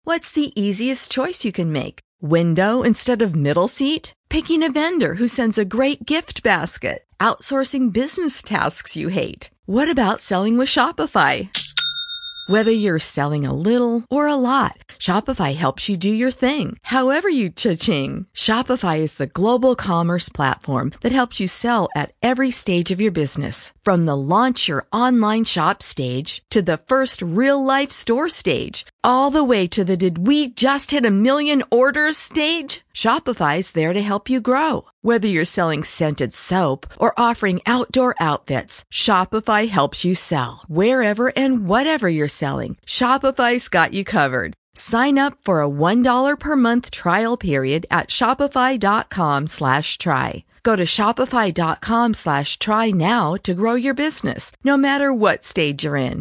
What's the easiest choice you can make? Window instead of middle seat? Picking a vendor who sends a great gift basket? Outsourcing business tasks you hate? What about selling with Shopify? Whether you're selling a little or a lot, Shopify helps you do your thing, however you cha-ching. Shopify is the global commerce platform that helps you sell at every stage of your business. From the launch your online shop stage to the first real-life store stage, all the way to the did we just hit 1 million orders stage? Shopify's there to help you grow. Whether you're selling scented soap or offering outdoor outfits, Shopify helps you sell. Wherever and whatever you're selling, Shopify's got you covered. Sign up for a $1 per month trial period at shopify.com/try. Go to shopify.com/try now to grow your business, no matter what stage you're in.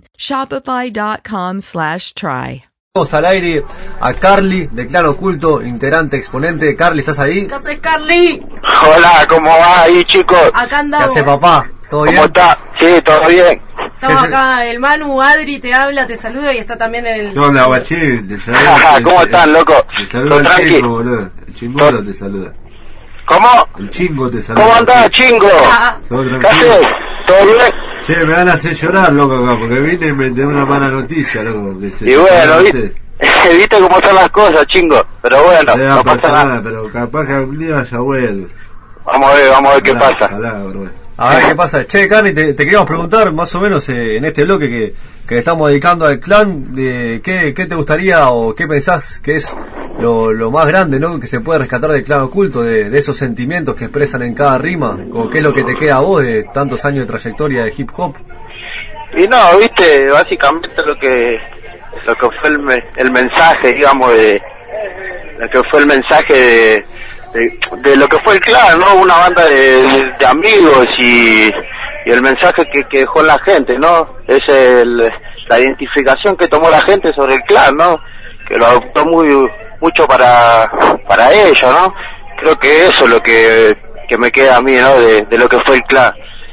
Shopify.com/try. Vamos al aire a Carly, de Clan Oculto, integrante, exponente. Carly, ¿estás ahí? ¿Qué haces, Carly? Hola, ¿cómo va ahí, chicos? Acá andamos. ¿Qué hace, papá? ¿Todo bien? ¿Cómo está? Sí, todo bien. Estamos acá, el Manu, Adri te habla, te saluda y está también el... ¿Qué onda, guachín? Te saluda. ¿Cómo están, loco? Te saluda el chingo, boludo. El chingolo te saluda. ¿Cómo? El chingo te saluda. ¿Cómo andás, chingo? Todo ¿Qué tranquilo. haces? ¿Todo bien? Che, me van a hacer llorar, loco, acá, porque vine y me tengo una mala noticia, loco. Que se Y bueno, ¿viste? ¿Viste cómo son las cosas, chingo? Pero bueno, no pasa nada. Pero capaz que algún día ya vuelve. Vamos a ver qué pasa. Ojalá, bro. A ver qué pasa. Che, Carly, te queríamos preguntar más o menos en este bloque que le estamos dedicando al clan, de ¿qué te gustaría o qué pensás que es lo más grande, ¿no?, que se puede rescatar del Clan Oculto, de esos sentimientos que expresan en cada rima, o qué es lo que te queda a vos de tantos años de trayectoria de hip hop. Y no, viste, básicamente lo que fue el mensaje, digamos, de lo que fue el mensaje de lo que fue el clan, ¿no? Una banda de amigos y el mensaje que dejó la gente, ¿no? Es la identificación que tomó la gente sobre el clan, ¿no? Que lo adoptó mucho para ellos, ¿no? Creo que eso es lo que me queda a mí, ¿no? De lo que fue el clan.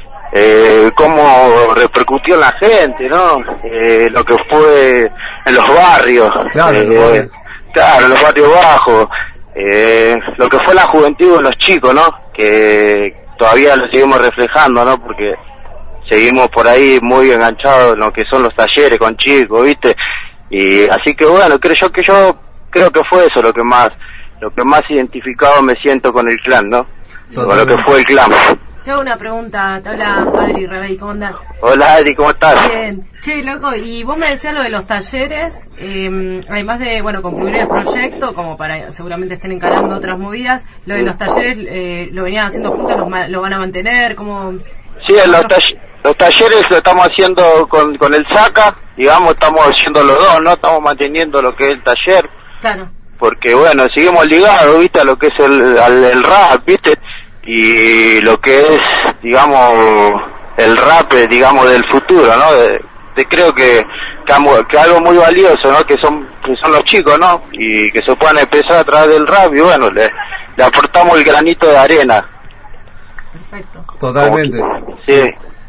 Cómo repercutió en la gente, ¿no? Lo que fue en los barrios. Claro, claro, en los barrios bajos. Lo que fue la juventud de los chicos, ¿no? Que todavía lo seguimos reflejando, ¿no? Porque seguimos por ahí muy enganchados en lo que son los talleres con chicos, ¿viste? Y así que bueno, yo creo que fue eso lo que más identificado me siento con el clan, ¿no? Con lo que fue el clan. Te hago una pregunta, te habla Adri Rebey, ¿cómo andás? Hola Adri, ¿cómo estás? Bien. Che, loco, y vos me decías lo de los talleres, además de, bueno, concluir el proyecto, como para seguramente estén encarando otras movidas, lo de los talleres lo venían haciendo juntos, lo van a mantener, ¿cómo? Sí, los talleres lo estamos haciendo con el SACA, digamos, estamos haciendo los dos, ¿no? Estamos manteniendo lo que es el taller. Claro. Porque, bueno, seguimos ligados, ¿viste? A lo que es el rap, ¿viste? Y lo que es, digamos, el rap, digamos, del futuro, ¿no? Creo que algo muy valioso, ¿no? Que son los chicos, ¿no? Y que se puedan empezar a través del rap y, bueno, le aportamos el granito de arena. Perfecto. Totalmente. Sí.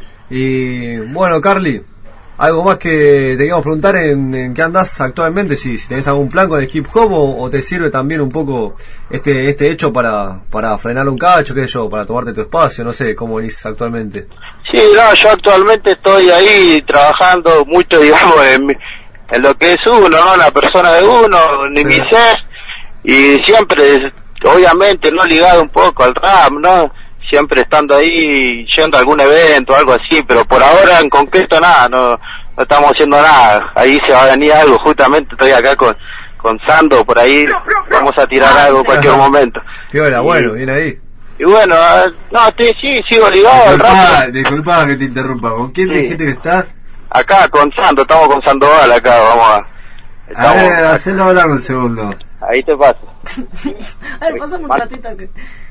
Y bueno, Carly, algo más que te queríamos preguntar en qué andás actualmente, si tenés algún plan con el hip hop o te sirve también un poco este hecho para frenar un cacho, qué sé yo, para tomarte tu espacio, no sé, cómo venís actualmente. Sí, no, yo actualmente estoy ahí trabajando mucho, digamos, en lo que es uno, ¿no? La persona de uno, ni mi ser, y siempre, obviamente, no ligado un poco al rap, ¿no? Siempre estando ahí, yendo a algún evento o algo así, pero por ahora en concreto nada, no estamos haciendo nada. Ahí se va a venir algo, justamente estoy acá con Sando, por ahí vamos a tirar algo en cualquier momento. Fiola, bueno, bien ahí. Y bueno, no, sigo ligado al rap. Disculpa que te interrumpa, ¿con quién dijiste que estás? Acá con Sando, estamos con Sandoval acá, vamos a ver, hacelo hablar un segundo. Ahí te paso. A ver, pasame un ratito que...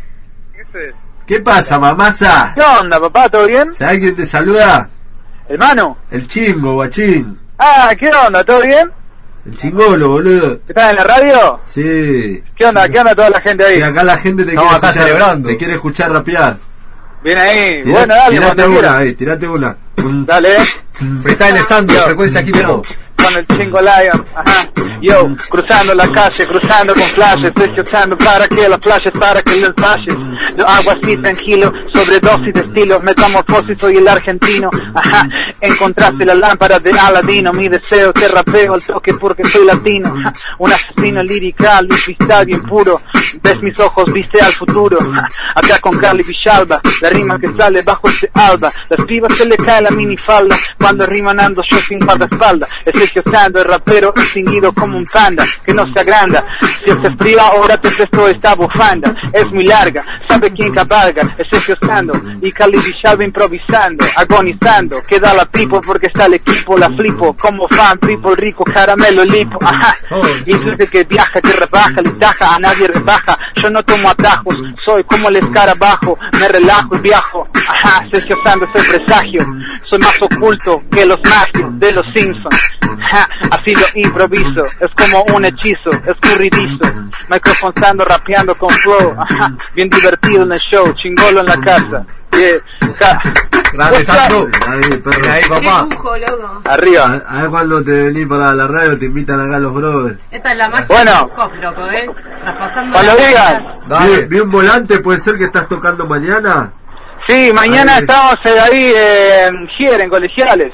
¿Qué pasa, mamasa? ¿Qué onda, papá? ¿Todo bien? ¿Sabes quién te saluda? ¿El Manu? El chingo, guachín. Ah, ¿qué onda? ¿Todo bien? El chingolo, boludo. ¿Estás en la radio? Sí. ¿Qué onda? Sí. ¿Qué onda toda la gente ahí? Sí, acá la gente te quiere escuchar, celebrando. Te quiere escuchar rapear. Bien ahí. Bueno, dale, tirate una, tirate una. Dale. freestylezando frecuencia aquí mismo. Con el Chingo Lion, ajá. Yo, cruzando la calle, cruzando con flashes, deseando para que las flashes, para que los flashes. Yo hago así tranquilo, sobredosis de estilo, metamorfosis, soy el argentino, ajá. Encontraste la lámpara de Aladino, mi deseo te rapeo al toque porque soy latino, ajá. Un asesino lirical, mi cristal bien puro, ves mis ojos, viste al futuro, ajá. Acá con Carly Villalba, la rima que sale bajo este alba, las pibas se le cae la minifalda, cuando riman ando yo sin guardaespaldas, Sergio el rapero extinguido como un panda que no se agranda. Si es frío ahora te presto esta bufanda, es muy larga, sabe quién cabalga, es Sergio Sando y Cali Villalba improvisando, agonizando, queda la pipo porque está el equipo, la flipo como fan, triple rico, caramelo lipo, ajá. Incluye que viaja, que rebaja, le taja, a nadie rebaja, yo no tomo atajos, soy como el escarabajo, me relajo y viajo, ajá. Sergio Sando es el presagio, soy más oculto que los magios de los Simpsons. Ja, así lo improviso, es como un hechizo, escurridizo, microfonando, rapeando con flow, ajá, bien divertido en el show, chingolo en la casa, yeah, Grande Santo, ahí papá. Qué lujo, loco. Arriba. A ver cuando te venís para la radio te invitan acá los brothers. Esta es la magia Bueno. del hip hop, loco, traspasando Cuando las digan. barreras. Dale. Vi un volante, puede ser que estás tocando mañana. Sí, mañana Ahí. estamos ahí en Gier, en Colegiales.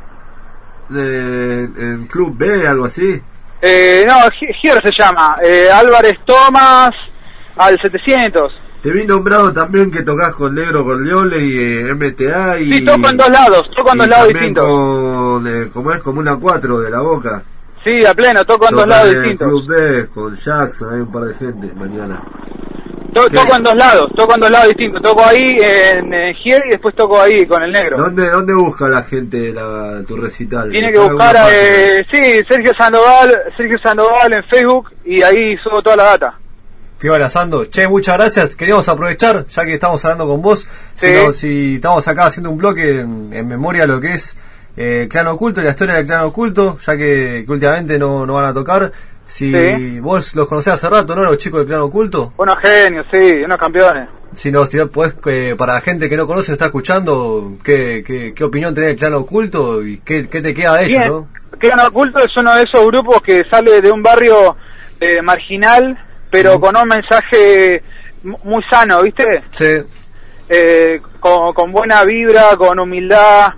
En Club B, algo así. No, Gier se llama, Álvarez Tomás al 700. Te vi nombrado también que tocas con Negro Corleone y MTA y... Sí, toco en dos lados, también distintos. con, ¿cómo es? Como una 4 de la Boca. Sí, a pleno, toco en dos lados distintos. Club B, con Jackson, hay un par de gente mañana. Toco en dos lados distintos. Toco ahí en Gier y después toco ahí con el negro. ¿Dónde busca la gente tu recital? Tiene que ¿Sabe buscar, alguna página? sí, Sergio Sandoval en Facebook y ahí subo toda la data. Fíjate, Sando. Che, muchas gracias. Queríamos aprovechar, ya que estamos hablando con vos, Sí. si estamos acá haciendo un bloque en memoria de lo que es Clan Oculto y la historia del Clan Oculto, ya que últimamente no van a tocar. Si Sí. vos los conocés hace rato, ¿no? Los chicos del Clan Oculto. Unos genios, sí, unos campeones. Si podés, para la gente que no conoce, está escuchando, ¿qué opinión tenés del Clan Oculto y qué te queda de ellos, Bien, no? Clan Oculto es uno de esos grupos que sale de un barrio marginal, pero con un mensaje muy sano, ¿viste? Sí, Con buena vibra, con humildad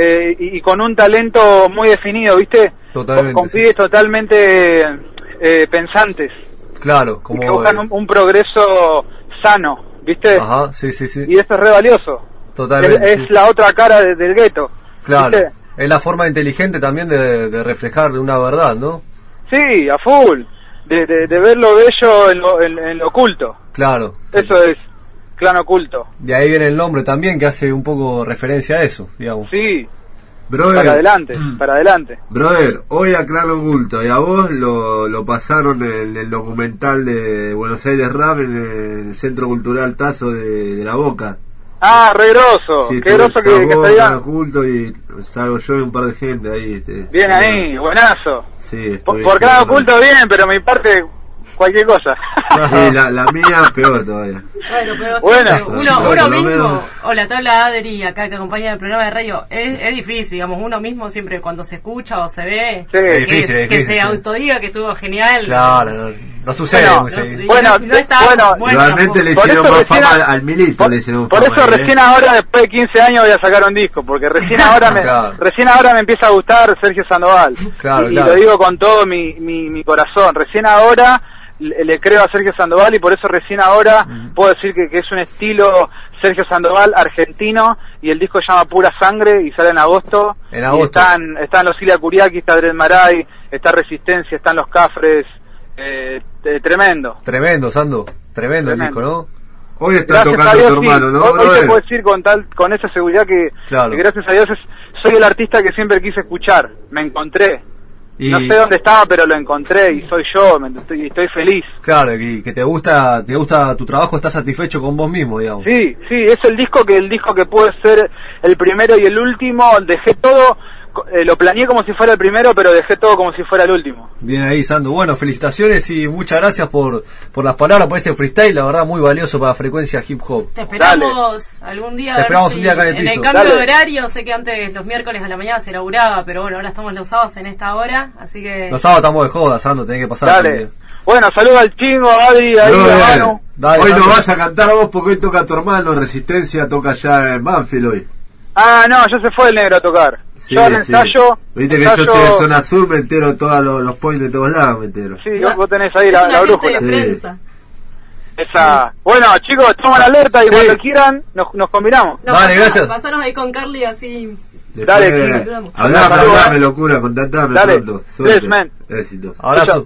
y con un talento muy definido, ¿viste? Totalmente, Con sí. pibes totalmente pensantes, claro, y como... que buscan un progreso sano, ¿viste? Ajá, sí, sí, sí. Y esto es re valioso. Totalmente, Es sí. la otra cara del gueto. Claro, ¿viste? es la forma inteligente también de reflejar una verdad, ¿no? Sí, a full. De ver lo bello en lo oculto. Claro. Eso es Clan Oculto. De ahí viene el nombre también, que hace un poco referencia a eso, digamos. Sí, Brother, para adelante, para adelante. Brother, hoy a Clan Oculto y a vos lo pasaron en el documental de Buenos Aires Rap en el Centro Cultural Tazo de La Boca. Ah, re grosso. Sí, Qué grosso que vos, te Clan digan. Oculto y salgo yo y un par de gente ahí. Bien ahí, buenazo. Sí, Por Clan Oculto bien, pero mi parte, cualquier cosa. Sí, la mía peor todavía. Bueno, pero Bueno. siempre Sí, uno por lo mismo, menos. hola, toda la Adri acá que acompaña el programa de radio, es difícil, digamos, uno mismo siempre cuando se escucha o se ve, Sí. Es difícil, es que difícil, se sí. autodiga que estuvo genial. Claro, no sucede Bueno, muy seguido. Bueno, no está bueno, Igualmente le Por hicieron eso más recién fama a- al Milito, le hicieron Por fama eso ahí, recién ahora, después de 15 años, voy a sacar un disco, porque recién ahora Claro. recién ahora me empieza a gustar Sergio Sandoval. Claro, y claro. lo digo con todo mi corazón. Recién ahora le creo a Sergio Sandoval y por eso recién ahora puedo decir que es un estilo Sergio Sandoval argentino y el disco se llama Pura Sangre y sale en agosto. En agosto. Y están los Ilia Kuriaki, está Dred Maray, está Resistencia, están los Cafres. Tremendo. Tremendo, Sando. Tremendo el disco, ¿no? Hoy está Gracias a tocando Dios, tu sí. hermano, ¿no? Hoy te brother? puedo decir con esa seguridad que Claro. gracias a Dios soy el artista que siempre quise escuchar. Me encontré. Y, No sé dónde estaba, pero lo encontré y soy yo. Estoy feliz. claro, y que te gusta tu trabajo, estás satisfecho con vos mismo, digamos. Sí, es el disco que puede ser el primero y el último. Dejé todo lo planeé como si fuera el primero, pero dejé todo como si fuera el último. Bien ahí, Sandu. Bueno, felicitaciones y muchas gracias por las palabras, por este freestyle, la verdad muy valioso para Frecuencia Hip Hop. Te esperamos algún día. Te esperamos un día acá en el piso. En el cambio de horario, sé que antes los miércoles a la mañana se laburaba, pero bueno, ahora estamos los sábados en esta hora, así que... Los sábados estamos de joda, Sandu, tenés que pasar. Dale. Bueno, saludos al Chingo, a Adri, ahí a Manu. Dale, hoy Sandu. no vas a cantar vos porque hoy toca tu hermano, Resistencia toca allá en Banfield hoy. Ah, no, ya se fue el negro a tocar. Sí, yo al ensayo... Viste que yo soy de zona sur, me entero todos los points de todos lados, me entero. Sí, vos tenés ahí es la una brújula. gente de prensa. Esa. Bueno, chicos, toman la alerta y cuando quieran nos combinamos. No, Dale, gracias. Pasanos ahí con Carly así... Dale, Hablame, Saludos. hablame, locura, contactame Dale. pronto. Bless, man. Éxito. Abrazo.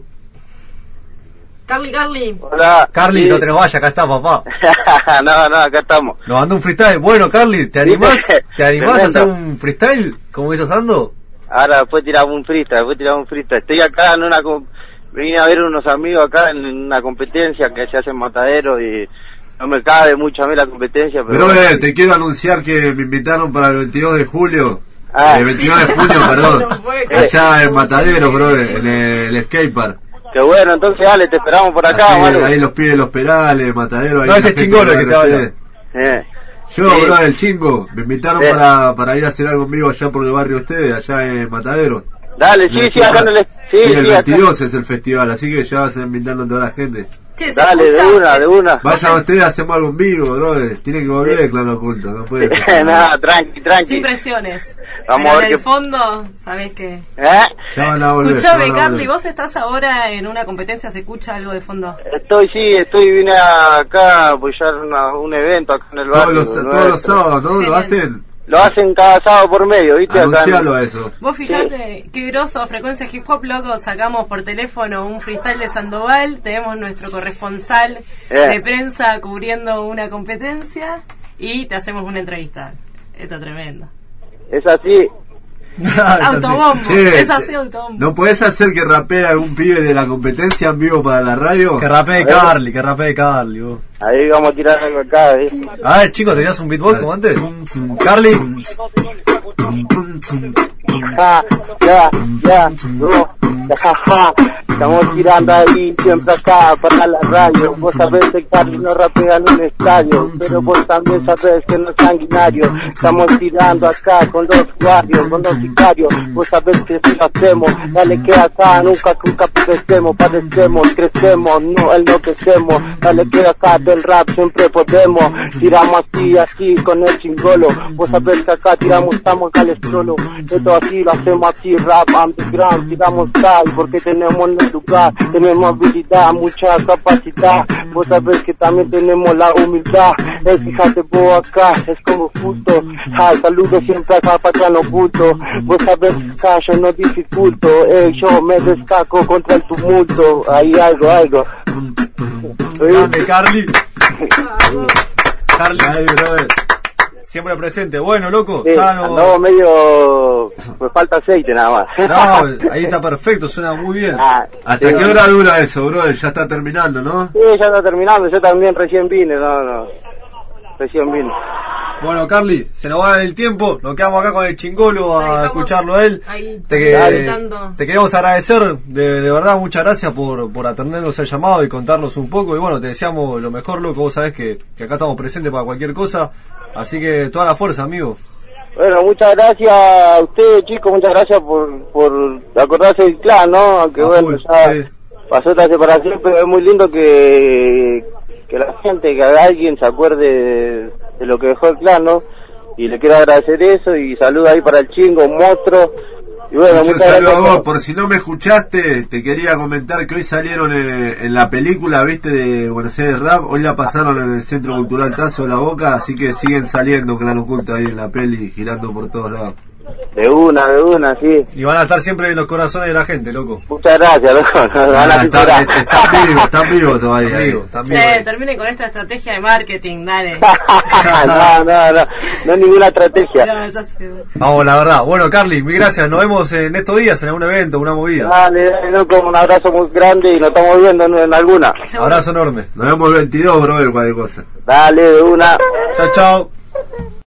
Carly. Hola. Carly, Sí. no te nos vayas, acá está, papá. no, acá estamos. Nos mandó un freestyle. Bueno, Carly, ¿te animás? ¿Viste? ¿Te animás a Tremendo. hacer un freestyle como hizo Sando? Ahora después tiramos un freestyle, Estoy acá en vine a ver unos amigos acá en una competencia que se hace en Matadero y no me cabe mucho a mí la competencia, pero... Brother, te quiero anunciar que me invitaron para el 22 de julio. Ah, el 22 de junio, perdón. No fue, Allá en Matadero, brother, en el skatepark. Qué bueno, entonces dale, te esperamos por acá, Ahí, Manu. ahí los pibes, los perales, Matadero. Ahí No, ese la es gente Chingolo de el que te habla. Eh. Yo, Sí. brother, el chingo. Me invitaron Sí. para ir a hacer algo en vivo allá por el barrio de ustedes, allá en Matadero. Dale, sí, acá en el... Sí, el acá. 22 es el festival, así que ya vas invitando a toda la gente. Che, se Dale, escucha, de una. Vayan ustedes, hacemos algo en vivo, brother. Tienen que volver el clan oculto, no puede. Nada, tranqui. Sin presiones. Vamos Pero a ver en el qué- fondo, sabés que... ¿Eh? Ya van a volver. Escuchame, ya van a Carly, volver. vos estás ahora en una competencia, ¿se escucha algo de fondo? Vine acá a apoyar un evento acá en el barrio. Todos los sábados, ¿no? Sí, Lo bien. hacen. Lo hacen cada sábado por medio, ¿viste? Acá en- Anuncialo a eso. Vos fijate, qué groso, Frecuencia Hip Hop, loco, sacamos por teléfono un freestyle de Sandoval, tenemos nuestro corresponsal de prensa cubriendo una competencia y te hacemos una entrevista. Esto es tremendo. Es así. Autobombo, Che, es así autobombo. ¿No podés hacer que rapee algún pibe de la competencia en vivo para la radio? Que rapee Carly, vos. Ahí vamos a tirar algo acá, ¿viste? A ver, chicos, ¿tenías un beatbox como antes? Carly. Estamos tirando ahí siempre acá para la radio. Vos sabés que Carly no rapea en un estadio, pero vos también sabés que no es sanguinario. Estamos tirando acá con los guardios, con los sicarios. Vos sabés que si lo hacemos, dale que acá nunca padecemos, crecemos, no enloquecemos. Dale que acá del rap siempre podemos. Tiramos así con el chingolo. Vos sabés que acá tiramos, estamos calestrolo. Esto así lo hacemos así, rap underground. Tiramos tal porque tenemos el lugar, tenemos habilidad, mucha capacidad. Vos sabés que también tenemos la humildad. Fíjate vos acá, es como justo. Saludos siempre acá para el oculto. Vos sabés que acá yo no dificulto. Yo me destaco contra el tumulto. Ahí algo. Dame, Carly. Carly, ahí, brother. Siempre presente. Bueno, loco, Sí, ya no... andamos medio... Me falta aceite nada más. No, ahí está perfecto, suena muy bien. ¿Hasta qué hora dura eso, brother? Ya está terminando, ¿no? Sí, ya está terminando. Yo también recién vine, recién vine. Bueno, Carly, se nos va el tiempo, nos quedamos acá con el chingolo a Ahí escucharlo a él. ahí, Te, gritando. te queremos agradecer, de verdad, muchas gracias por atendernos el llamado y contarnos un poco. Y bueno, te deseamos lo mejor, loco, vos sabés que acá estamos presentes para cualquier cosa. Así que toda la fuerza, amigo. Bueno, muchas gracias a ustedes, chicos, muchas gracias por acordarse del clan, ¿no? Aunque A bueno, full, ya sí. pasó esta separación, pero es muy lindo que la gente, que alguien se acuerde de lo que dejó el clan, ¿no? Y le quiero agradecer eso y saludo ahí para el Chingo, un monstruo. Y bueno, Un muchas saludo a gracias. vos, por si no me escuchaste, te quería comentar que hoy salieron en la película, viste, de Buenos Aires Rap, hoy la pasaron en el Centro Cultural Tazo de la Boca, así que siguen saliendo Clan Oculto ahí en la peli, girando por todos lados. De una, sí. Y van a estar siempre en los corazones de la gente, loco. Muchas gracias, loco. Nos van a superar. Están vivos todavía. Amigo, también. Che, terminen con esta estrategia de marketing, dale. No es ninguna estrategia. No, ya sé. Vamos, la verdad. Bueno, Carly, mil gracias. Nos vemos en estos días en algún evento, una movida. Dale, loco, un abrazo muy grande y nos estamos viendo en alguna. Abrazo enorme. Nos vemos el 22, brother, cualquier cosa. Dale, de una. Chao, chao.